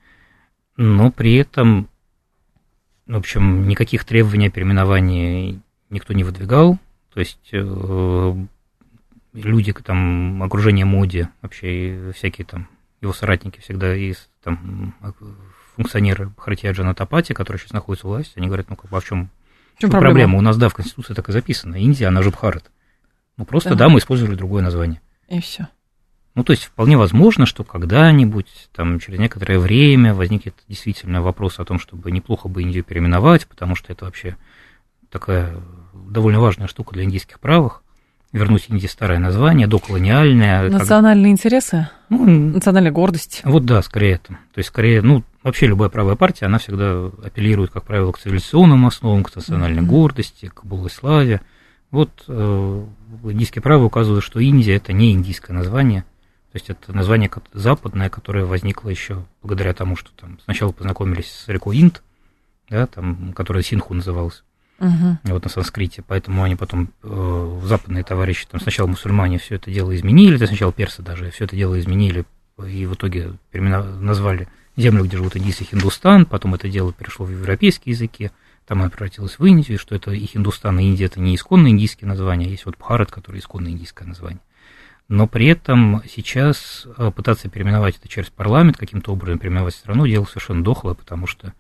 Но при этом, в общем, никаких требований о переименовании никто не выдвигал, то есть э, люди, там, окружение Моди, вообще всякие там его соратники всегда из там функционеры Бхаратия Джаната Парти, которые сейчас находятся у власти, они говорят, ну, как бы, а в чем, в чем проблема? проблема? У нас, да, в Конституции так и записано. Индия, она же Бхарат. Ну, просто, да, да мы использовали другое название. И все. Ну, то есть, вполне возможно, что когда-нибудь, там, через некоторое время возникнет действительно вопрос о том, чтобы неплохо бы Индию переименовать, потому что это вообще такая довольно важная штука для индийских правых. Вернуть Индии старое название, доколониальное. Национальные как... интересы? Ну, национальная гордость? Вот да, скорее это. То есть, скорее, ну, вообще любая правая партия, она всегда апеллирует, как правило, к цивилизационным основам, к национальной mm-hmm. гордости, к былой Вот э, индийские правые указывают, что Индия – это не индийское название. То есть, это название западное, которое возникло еще благодаря тому, что там сначала познакомились с рекой Инд, да, там, которая Синху называлась. Uh-huh. Вот на санскрите, поэтому они потом, э, западные товарищи, там сначала мусульмане все это дело изменили, то сначала персы даже все это дело изменили, и в итоге назвали землю, где живут индийцы, Хиндустан, потом это дело перешло в европейские языки, там оно превратилось в Индию, что это и Хиндустан, и Индия, это не исконные индийские названия, есть вот Бхарат, который исконное индийское название. Но при этом сейчас пытаться переименовать это через парламент, каким-то образом переименовать страну, дело совершенно дохлое, потому что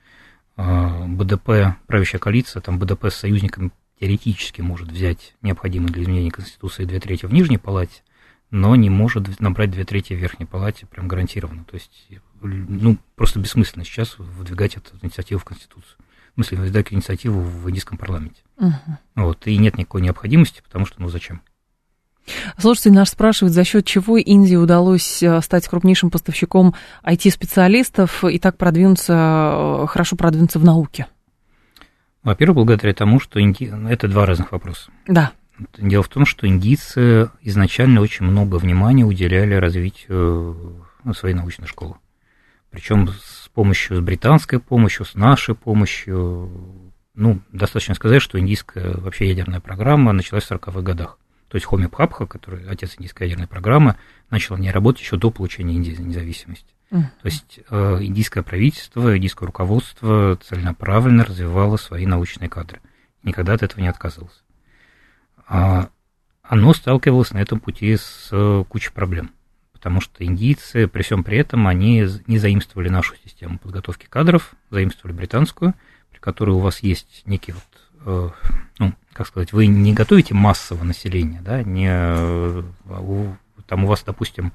БДП, правящая коалиция, там БДП с союзниками теоретически может взять необходимые для изменения Конституции две трети в Нижней Палате, но не может набрать две трети в Верхней Палате, прям гарантированно. То есть, ну, просто бессмысленно сейчас выдвигать эту инициативу в Конституцию. В смысле, выдвигать инициативу в индийском парламенте. Uh-huh. Вот, и нет никакой необходимости, потому что, ну, зачем? Слушатель наш спрашивает, за счет чего Индии удалось стать крупнейшим поставщиком ай ти-специалистов и так продвинуться, хорошо продвинуться в науке? Во-первых, благодаря тому, что инди... это два разных вопроса. Да. Дело в том, что индийцы изначально очень много внимания уделяли развитию своей научной школы. Причем с помощью, с британской помощью, с нашей помощью. Ну, достаточно сказать, что индийская вообще ядерная программа началась в сороковых годах. То есть Хоми Бхабха, который отец индийской ядерной программы, начал в ней работать еще до получения Индии независимости. Mm. То есть э, индийское правительство, индийское руководство целенаправленно развивало свои научные кадры. Никогда от этого не отказывалось. А оно сталкивалось на этом пути с э, кучей проблем. Потому что индийцы, при всем при этом, они не заимствовали нашу систему подготовки кадров, заимствовали британскую, при которой у вас есть некий вот, э, ну, как сказать, вы не готовите массово население, да, не, там у вас, допустим,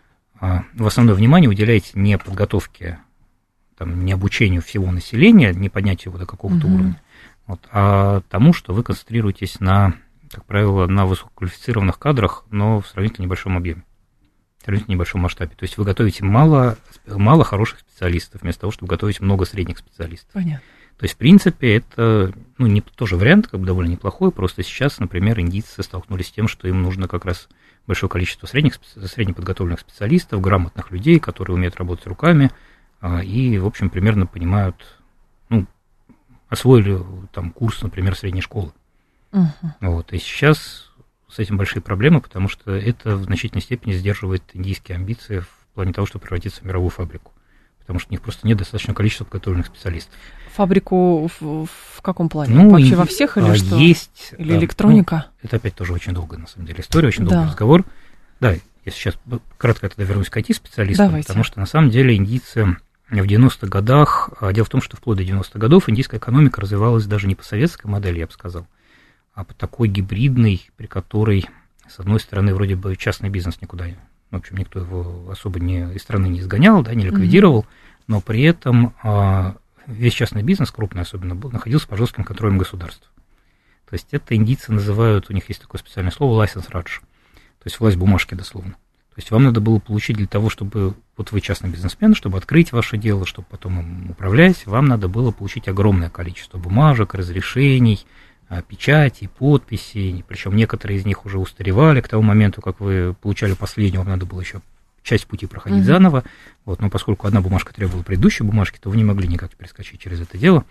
в основное внимание уделяете не подготовке, там, не обучению всего населения, не поднятию его до какого-то mm-hmm. уровня, вот, а тому, что вы концентрируетесь на, как правило, на высококвалифицированных кадрах, но в сравнительно небольшом объеме, в сравнительно небольшом масштабе. То есть вы готовите мало, мало хороших специалистов, вместо того, чтобы готовить много средних специалистов. Понятно. То есть, в принципе, это, ну, не, тоже вариант, как бы довольно неплохой, просто сейчас, например, индийцы столкнулись с тем, что им нужно как раз большое количество средних, среднеподготовленных специалистов, грамотных людей, которые умеют работать руками и, в общем, примерно понимают, ну, освоили там курс, например, средней школы. Uh-huh. Вот, и сейчас с этим большие проблемы, потому что это в значительной степени сдерживает индийские амбиции в плане того, чтобы превратиться в мировую фабрику. Потому что у них просто нет достаточного количества подготовленных специалистов. Фабрику в, в каком плане? Ну, вообще во всех или что? Есть. Или электроника? Ну, это опять тоже очень долгая, на самом деле, история, очень долгий да. разговор. Да, я сейчас кратко тогда вернусь к ай ти-специалистам, Давайте. Потому что, на самом деле, индийцы в девяностых годах, дело в том, что вплоть до девяностых годов индийская экономика развивалась даже не по советской модели, я бы сказал, а по такой гибридной, при которой, с одной стороны, вроде бы частный бизнес никуда, в общем, никто его особо не, из страны не изгонял, да, не ликвидировал, mm-hmm. но при этом а, весь частный бизнес, крупный особенно, был, находился под жестким контролем государства. То есть это индийцы называют, у них есть такое специальное слово, лайсенс радж, то есть власть бумажки дословно. То есть вам надо было получить для того, чтобы, вот вы частный бизнесмен, чтобы открыть ваше дело, чтобы потом им управлять, вам надо было получить огромное количество бумажек, разрешений, печати, подписи, причем некоторые из них уже устаревали к тому моменту, как вы получали последнюю, вам надо было еще часть пути проходить mm-hmm. заново, вот, но поскольку одна бумажка требовала предыдущей бумажки, то вы не могли никак перескочить через это дело,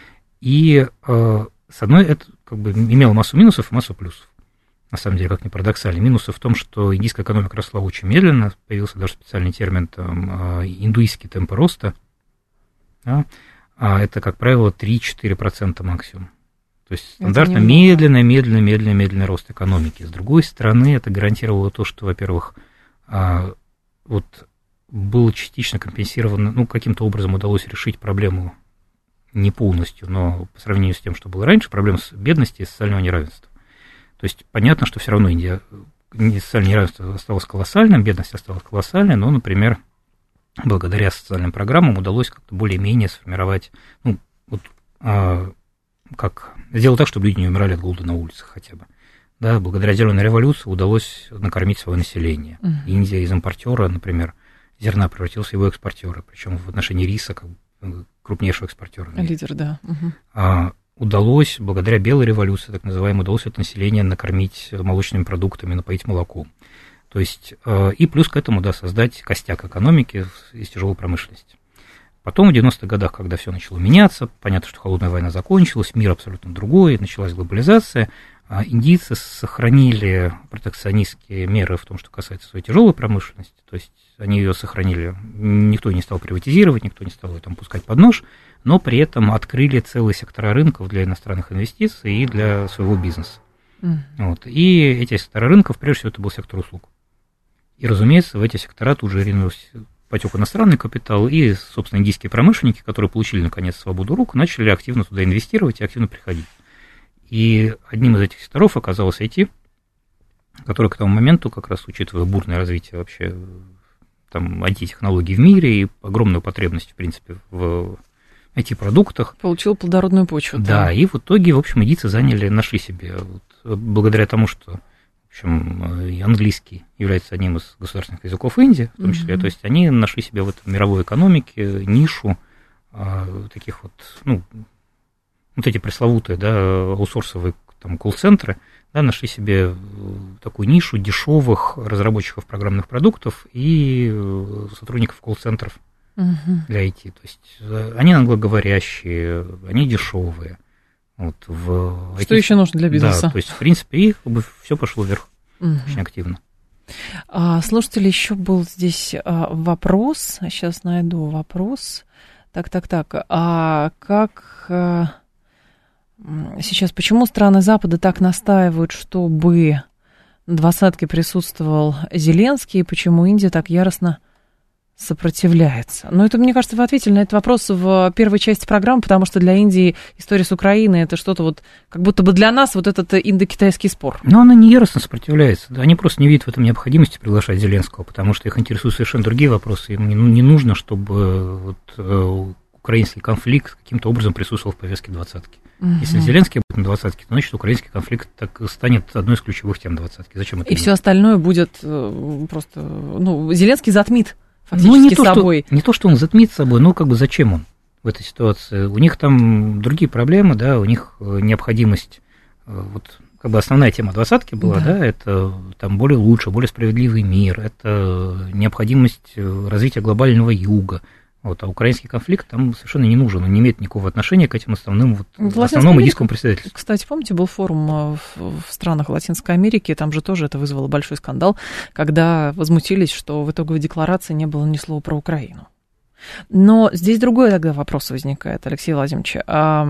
и э, с одной, это как бы имело массу минусов и массу плюсов, на самом деле, как ни парадоксально. Минусы в том, что индийская экономика росла очень медленно, появился даже специальный термин, там, э, индуистские темпы роста, да? А это, как правило, три-четыре процента максимум. То есть стандартно медленно, медленно, медленно, медленный рост экономики. С другой стороны, это гарантировало то, что, во-первых, вот был частично компенсирован, ну, каким-то образом удалось решить проблему не полностью, но по сравнению с тем, что было раньше, проблема с бедности и социального неравенства. То есть понятно, что все равно Индия, социальное неравенство осталось колоссальным, бедность осталась колоссальной, но, например, благодаря социальным программам удалось как-то более-менее сформировать, ну, вот, а, как сделать так, чтобы люди не умирали от голода на улицах хотя бы. Да, благодаря зеленой революции удалось накормить свое население. Uh-huh. Индия из импортера, например, зерна превратилась в его экспортера, причем в отношении риса как крупнейшего экспортера. Лидер, да. Uh-huh. А, удалось, благодаря белой революции, так называемой, удалось это население накормить молочными продуктами, напоить молоком. То есть, и плюс к этому, да, создать костяк экономики из тяжелой промышленности. Потом в девяностых годах, когда все начало меняться, понятно, что холодная война закончилась, мир абсолютно другой, началась глобализация, индийцы сохранили протекционистские меры в том, что касается своей тяжелой промышленности, то есть они ее сохранили, никто не стал приватизировать, никто не стал ее там пускать под нож, но при этом открыли целые сектора рынков для иностранных инвестиций и для своего бизнеса. Mm. Вот. И эти сектора рынков, прежде всего, это был сектор услуг. И, разумеется, в эти сектора тут же ринулся потек иностранный капитал, и, собственно, индийские промышленники, которые получили, наконец, свободу рук, начали активно туда инвестировать и активно приходить. И одним из этих секторов оказалось ай ти, который к тому моменту, как раз учитывая бурное развитие вообще там, ай ти-технологий в мире и огромную потребность, в принципе, в ай ти-продуктах. Получил плодородную почву. Да, да, и в итоге, в общем, индийцы заняли, нашли себе, вот, благодаря тому, что в общем, и английский является одним из государственных языков Индии, в том числе, mm-hmm. то есть они нашли себе в этой мировой экономике нишу а, таких вот, ну, вот эти пресловутые, да, аутсорсовые там колл-центры, да, нашли себе такую нишу дешевых разработчиков программных продуктов и сотрудников колл-центров mm-hmm. для ай ти. То есть они англоговорящие, они дешевые. Вот, в Что ай ти... еще нужно для бизнеса? Да, то есть, в принципе, их как бы, все пошло вверх угу. очень активно. А, слушатели, еще был здесь а, вопрос. Сейчас найду вопрос. Так, так, так. А как а, сейчас, почему страны Запада так настаивают, чтобы на двадцатке присутствовал Зеленский, и почему Индия так яростно сопротивляется? Ну, это, мне кажется, вы ответили на этот вопрос в первой части программы, потому что для Индии история с Украиной это что-то вот, как будто бы для нас вот этот индокитайский спор. Но она не яростно сопротивляется, да, они просто не видят в этом необходимости приглашать Зеленского, потому что их интересуют совершенно другие вопросы, им не, ну, не нужно, чтобы вот, э, украинский конфликт каким-то образом присутствовал в повестке двадцатки. Угу. Если Зеленский будет на двадцатке, то значит украинский конфликт так станет одной из ключевых тем двадцатки. Зачем это? И все остальное будет просто, ну, Зеленский затмит фактически ну, не то, собой. Что, не то, что он затмит собой, но как бы зачем он в этой ситуации? У них там другие проблемы, да, у них необходимость, вот как бы основная тема двадцатки была, да, да это там более лучше, более справедливый мир, это необходимость развития глобального юга. Вот, а украинский конфликт там совершенно не нужен, он не имеет никакого отношения к этим основным, вот, основному индийскому представительству. Кстати, помните, был форум в, в странах Латинской Америки, там же тоже это вызвало большой скандал, когда возмутились, что в итоговой декларации не было ни слова про Украину. Но здесь другой тогда вопрос возникает, Алексей Владимирович.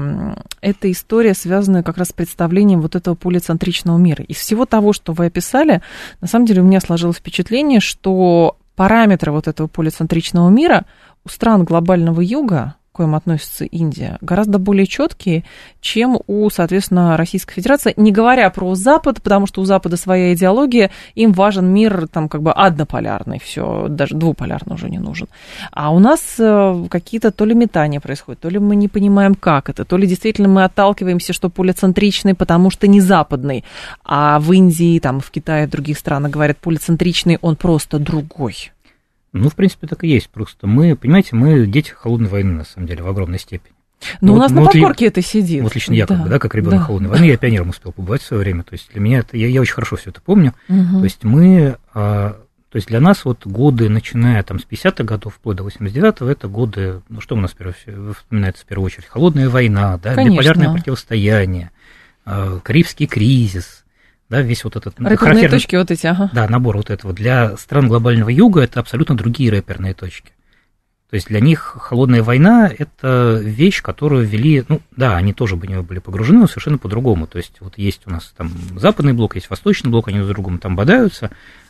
Эта история, связанная как раз с представлением вот этого полицентричного мира. Из всего того, что вы описали, на самом деле у меня сложилось впечатление, что параметры вот этого полицентричного мира у стран глобального юга, к коим относится Индия, гораздо более четкие, чем у, соответственно, Российской Федерации, не говоря про Запад, потому что у Запада своя идеология, им важен мир там как бы однополярный, все, даже двуполярный уже не нужен. А у нас какие-то то ли метания происходят, то ли мы не понимаем, как это, то ли действительно мы отталкиваемся, что полицентричный, потому что не западный, а в Индии, там, в Китае, в других странах говорят, полицентричный, он просто другой. Ну, в принципе, так и есть. Просто мы, понимаете, мы дети холодной войны, на самом деле, в огромной степени. Ну, у нас ну, на вот подкорке ли... это сидит. Вот лично я, да, как бы, да, как ребенок да. холодной войны, я пионером успел побывать в свое время. То есть для меня это, я, я очень хорошо все это помню. Угу. То есть мы, а, то есть для нас вот годы, начиная там с пятидесятых годов вплоть до восемьдесят девятого, это годы, ну, что у нас вспоминается в первую очередь? Холодная война, да, биполярное противостояние, а, Карибский кризис. Да, весь вот этот рэперные точки вот эти, ага. Да, набор вот этого. Для стран глобального юга это абсолютно другие рэперные точки. То есть для них холодная война – это вещь, которую ввели, ну да, они тоже в нее были погружены, но совершенно по-другому. То есть вот есть у нас там западный блок, есть восточный блок, они друг с другом там бодаются,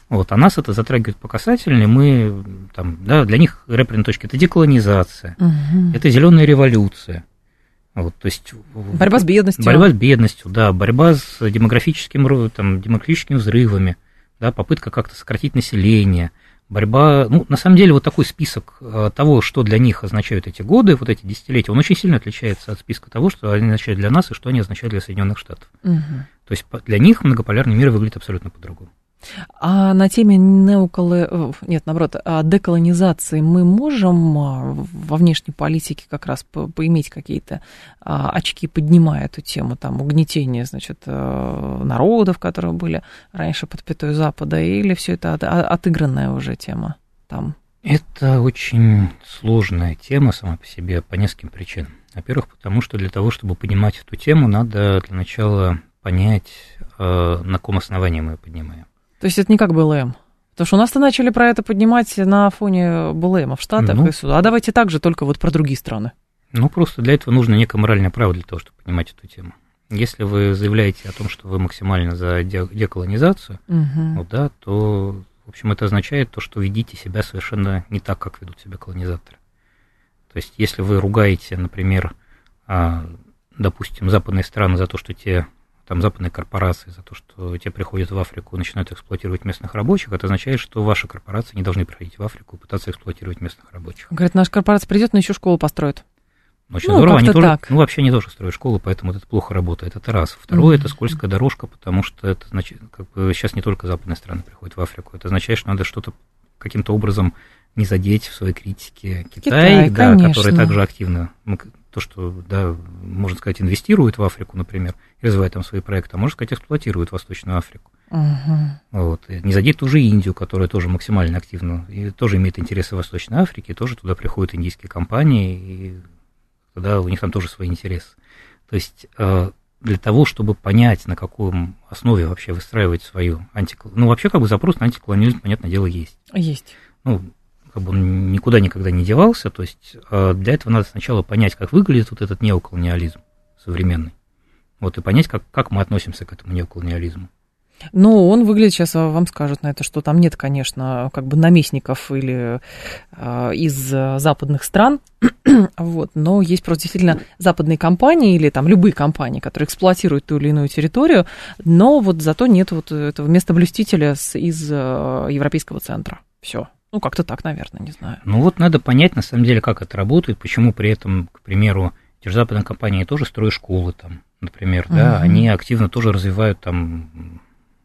Вот, а нас это затрагивает по касательной, мы, там, да, для них реперные точки – это деколонизация, угу. это зеленая революция. Вот, то есть, борьба с бедностью. Борьба с бедностью, да, борьба с демографическим, там, демографическими взрывами, да, попытка как-то сократить население, борьба, ну, на самом деле, вот такой список того, что для них означают эти годы, вот эти десятилетия, он очень сильно отличается от списка того, что они означают для нас и что они означают для Соединенных Штатов. Угу. То есть для них многополярный мир выглядит абсолютно по-другому. А на теме неоколо... нет, наоборот, деколонизации мы можем во внешней политике как раз по- поиметь какие-то очки, поднимая эту тему, там, угнетения, значит, народов, которые были раньше под пятой Запада, или все это отыгранная уже тема там? Это очень сложная тема сама по себе по нескольким причинам. Во-первых, потому что для того, чтобы поднимать эту тему, надо для начала понять, на каком основании мы ее поднимаем. То есть это не как БЛМ? Потому что у нас-то начали про это поднимать на фоне БЛМа в Штатах. Ну, и сюда. А давайте так же, только вот про другие страны. Ну, просто для этого нужно некое моральное право для того, чтобы поднимать эту тему. Если вы заявляете о том, что вы максимально за деколонизацию, угу. вот, да, то, в общем, это означает то, что ведите себя совершенно не так, как ведут себя колонизаторы. То есть если вы ругаете, например, допустим, западные страны за то, что те... там западные корпорации, за то, что те приходят в Африку и начинают эксплуатировать местных рабочих, это означает, что ваши корпорации не должны приходить в Африку и пытаться эксплуатировать местных рабочих. Говорят, наша корпорация придет, но еще школу построит. Очень ну, здорово, они тоже, ну, вообще не тоже строят школу, поэтому вот это плохо работает, это раз. Второе, mm-hmm. это скользкая дорожка, потому что это значит, как бы сейчас не только западные страны приходят в Африку, это означает, что надо что-то каким-то образом не задеть в своей критике Китай, Китай да, который также активно... то, что, да, можно сказать, инвестирует в Африку, например, и развивает там свои проекты, а можно сказать, эксплуатирует Восточную Африку. Uh-huh. Вот. И не задеть ту же Индию, которая тоже максимально активна, и тоже имеет интересы в Восточной Африке, и тоже туда приходят индийские компании, и тогда у них там тоже свои интересы. То есть для того, чтобы понять, на каком основе вообще выстраивать свою антиколониальную... Ну, вообще, как бы запрос на антиколониализм, понятное дело, есть. Есть. Ну, как бы он никуда никогда не девался, то есть для этого надо сначала понять, как выглядит вот этот неоколониализм современный, вот, и понять, как, как мы относимся к этому неоколониализму. Ну, он выглядит, сейчас вам скажут на это, что там нет, конечно, как бы наместников или э, из западных стран, вот, но есть просто действительно западные компании или там любые компании, которые эксплуатируют ту или иную территорию, но вот зато нет вот этого местоблюстителя с, из э, Европейского центра. Все. Ну, как-то так, наверное, не знаю. Ну, вот надо понять, на самом деле, как это работает, почему при этом, к примеру, те же западные компании тоже строят школы, там, например, uh-huh. да, они активно тоже развивают там,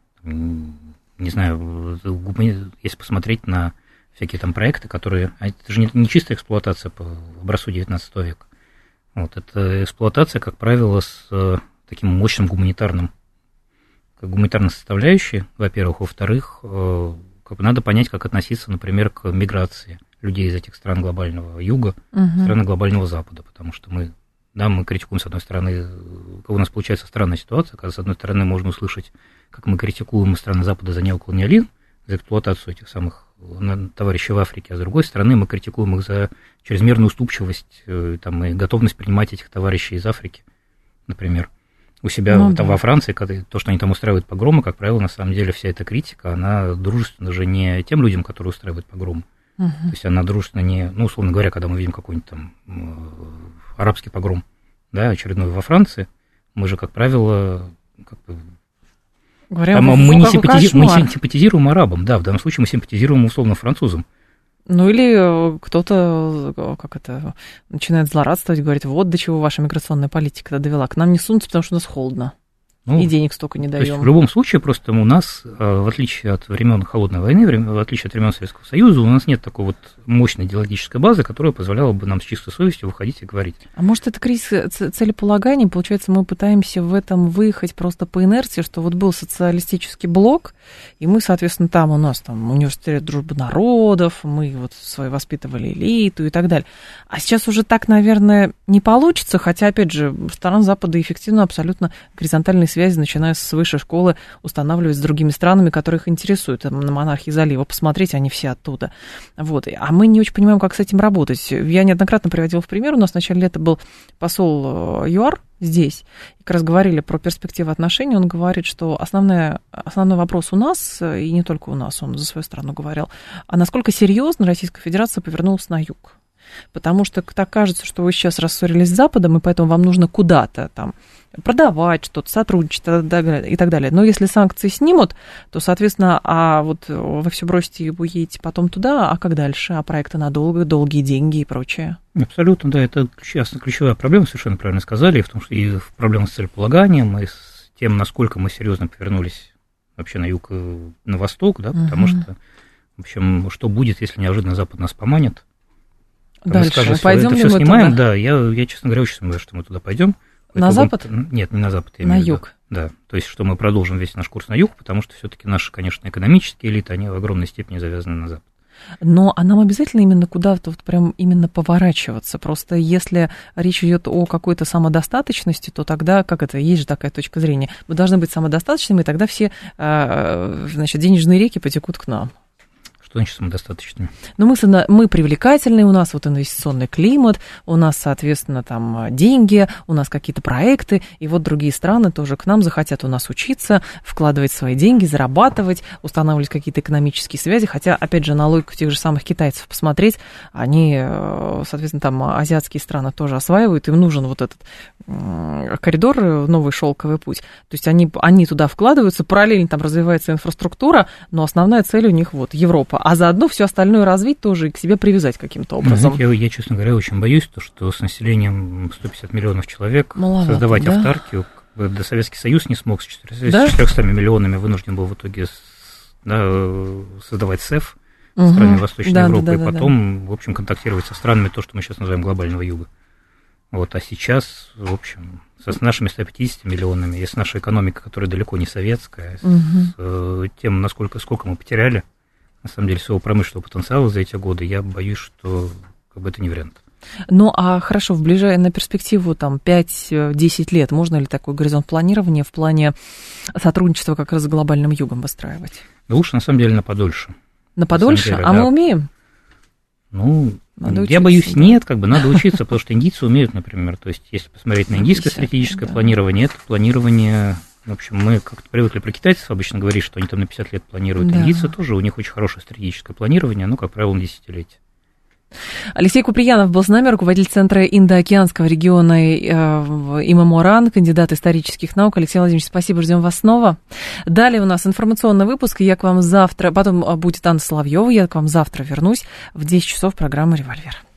не знаю, если посмотреть на всякие там проекты, которые, это же не, не чистая эксплуатация по образцу девятнадцатого века, вот, это эксплуатация, как правило, с таким мощным гуманитарным, гуманитарной составляющей, во-первых, во-вторых, как бы надо понять, как относиться, например, к миграции людей из этих стран глобального юга, uh-huh. страны глобального запада, потому что мы, да, мы критикуем, с одной стороны, у нас получается странная ситуация, когда, с одной стороны, можно услышать, как мы критикуем страны Запада за неоколониализм, за эксплуатацию этих самых товарищей в Африке, а с другой стороны, мы критикуем их за чрезмерную уступчивость там, и готовность принимать этих товарищей из Африки, например. У себя ну, там да. во Франции, когда, то, что они там устраивают погромы, как правило, на самом деле вся эта критика, она дружественна же не тем людям, которые устраивают погромы. Uh-huh. То есть она дружественна не, ну, условно говоря, когда мы видим какой-нибудь там э, арабский погром, да, очередной во Франции, мы же, как правило, как бы, Говоря, там, мы, не симпатизи... мы не симпатизируем арабам, да, в данном случае мы симпатизируем условно французам. Ну, или кто-то, как это, начинает злорадствовать, говорит, вот до чего ваша миграционная политика довела. К нам не сунутся, потому что у нас холодно. Ну, и денег столько не даем. То есть в любом случае просто у нас, в отличие от времен Холодной войны, в отличие от времен Советского Союза, у нас нет такой вот мощной идеологической базы, которая позволяла бы нам с чистой совестью выходить и говорить. А может, это кризис целеполагания? Получается, мы пытаемся в этом выехать просто по инерции, что вот был социалистический блок, и мы, соответственно, там у нас там университет дружбы народов, мы вот свои воспитывали элиту и так далее. А сейчас уже так, наверное, не получится, хотя, опять же, страны Запада эффективно абсолютно горизонтальные связи, начиная с высшей школы, устанавливать с другими странами, которые их интересуют. Там, на монархии залива посмотреть, они все оттуда. Вот. А мы не очень понимаем, как с этим работать. Я неоднократно приводила в пример. У нас в начале лета был посол ЮАР, здесь. И как раз говорили про перспективы отношений, он говорит, что основная, основной вопрос у нас, и не только у нас, он за свою страну говорил, а насколько серьезно Российская Федерация повернулась на юг. Потому что так кажется, что вы сейчас рассорились с Западом, и поэтому вам нужно куда-то там продавать что-то, сотрудничать и так далее. Но если санкции снимут, то, соответственно, а вот вы все бросите и уедете потом туда, а как дальше? А проекты надолго, долгие деньги и прочее? Абсолютно, да, это ключевая проблема, совершенно правильно сказали, в том, что и проблема с целеполаганием, и с тем, насколько мы серьезно повернулись вообще на юг и на восток, да, потому угу. что, в общем, что будет, если неожиданно Запад нас поманит? Дальше, скажет, пойдем это ли все мы снимаем, туда? Да, я, я, честно говоря, очень сомневаюсь, что мы туда пойдем. На запад? Нет, не на запад. Я на имею юг. В виду. Да, то есть, что мы продолжим весь наш курс на юг, потому что все-таки наши, конечно, экономические элиты, они в огромной степени завязаны на запад. Но а нам обязательно именно куда-то вот прям именно поворачиваться? Просто если речь идет о какой-то самодостаточности, то тогда, как это, есть же такая точка зрения, мы должны быть самодостаточными, и тогда все, значит, денежные реки потекут к нам. Что значит самодостаточными? Ну, мы, мы привлекательные, у нас вот инвестиционный климат, у нас, соответственно, там деньги, у нас какие-то проекты, и вот другие страны тоже к нам захотят у нас учиться, вкладывать свои деньги, зарабатывать, устанавливать какие-то экономические связи, хотя, опять же, на логику тех же самых китайцев посмотреть, они, соответственно, там азиатские страны тоже осваивают, им нужен вот этот коридор, новый шелковый путь, то есть они, они туда вкладываются, параллельно там развивается инфраструктура, но основная цель у них вот Европа, а заодно все остальное развить тоже и к себе привязать каким-то образом. Я, я, честно говоря, очень боюсь, то, что с населением сто пятьдесят миллионов человек маловато, создавать да? автаркию, да, Советский Союз не смог с четырёхстами миллионами, вынужден был в итоге да, создавать СЭФ, угу. страны Восточной да, Европы, да, да, и потом, да. в общем, контактировать со странами, то, что мы сейчас называем глобального юга. Вот, а сейчас, в общем, с нашими ста пятьюдесятью миллионами, и с нашей экономикой, которая далеко не советская, угу. с тем, насколько, сколько мы потеряли, на самом деле, своего промышленного потенциала за эти годы, я боюсь, что как бы это не вариант. Ну, а хорошо, в ближайшую на перспективу там пять-десять лет можно ли такой горизонт планирования в плане сотрудничества как раз с глобальным югом выстраивать? Да лучше, на самом деле, на подольше. На подольше? На деле, а да. мы умеем? Ну, надо я учиться, боюсь, да. нет, как бы надо учиться, потому что индийцы умеют, например. То есть, если посмотреть на индийское стратегическое да. планирование, это планирование... В общем, мы как-то привыкли про китайцев обычно говорить, что они там на пятьдесят лет планируют. Да. Индийцы тоже, у них очень хорошее стратегическое планирование, ну, как правило, на десятилетие. Алексей Куприянов был с нами, руководитель Центра Индоокеанского региона ИММО-РАН, кандидат исторических наук. Алексей Владимирович, спасибо, ждем вас снова. Далее у нас информационный выпуск, я к вам завтра, потом будет Анна Соловьева, я к вам завтра вернусь в десять часов программы «Револьвер».